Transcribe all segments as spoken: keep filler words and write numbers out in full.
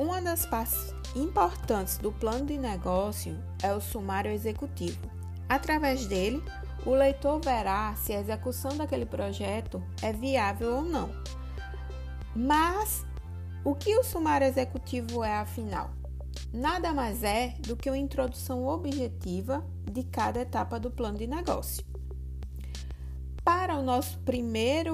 Uma das partes importantes do plano de negócio é o sumário executivo. Através dele, o leitor verá se a execução daquele projeto é viável ou não. Mas o que o sumário executivo é, afinal? Nada mais é do que uma introdução objetiva de cada etapa do plano de negócio. Para o nosso primeiro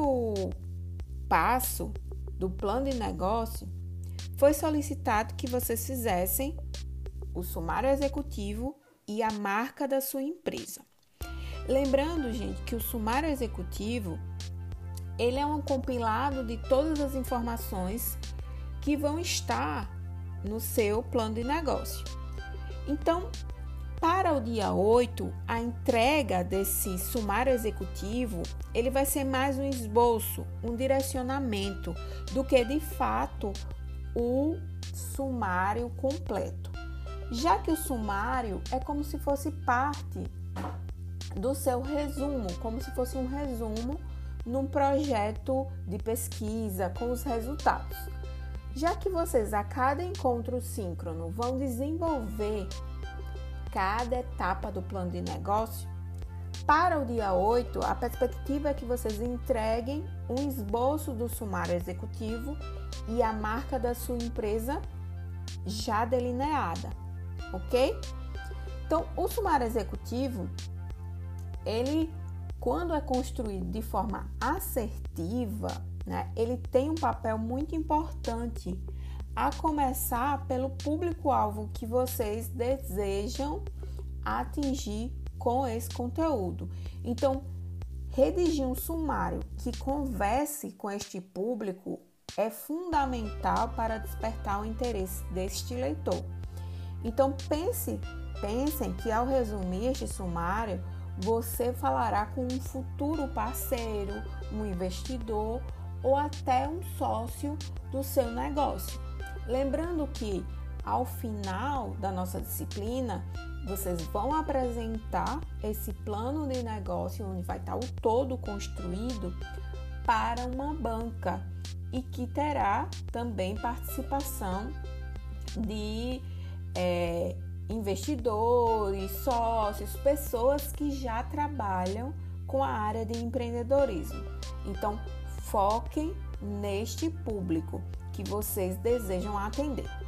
passo do plano de negócio, foi solicitado que vocês fizessem o sumário executivo e a marca da sua empresa. Lembrando, gente, que o sumário executivo, ele é um compilado de todas as informações que vão estar no seu plano de negócio. Então, para o dia oito, a entrega desse sumário executivo, ele vai ser mais um esboço, um direcionamento, do que de fato o sumário completo. Já que o sumário é como se fosse parte do seu resumo, como se fosse um resumo num projeto de pesquisa com os resultados. Já que vocês a cada encontro síncrono vão desenvolver cada etapa do plano de negócio, para o dia oito, a perspectiva é que vocês entreguem um esboço do sumário executivo e a marca da sua empresa já delineada, ok? Então, o sumário executivo, ele, quando é construído de forma assertiva, né, ele tem um papel muito importante, a começar pelo público-alvo que vocês desejam atingir com esse conteúdo. Então, redigir um sumário que converse com este público é fundamental para despertar o interesse deste leitor. Então, pense, pensem que ao resumir este sumário, você falará com um futuro parceiro, um investidor ou até um sócio do seu negócio. Lembrando que, ao final da nossa disciplina, vocês vão apresentar esse plano de negócio, onde vai estar o todo construído, para uma banca e que terá também participação de é, investidores, sócios, pessoas que já trabalham com a área de empreendedorismo. Então, foquem neste público que vocês desejam atender.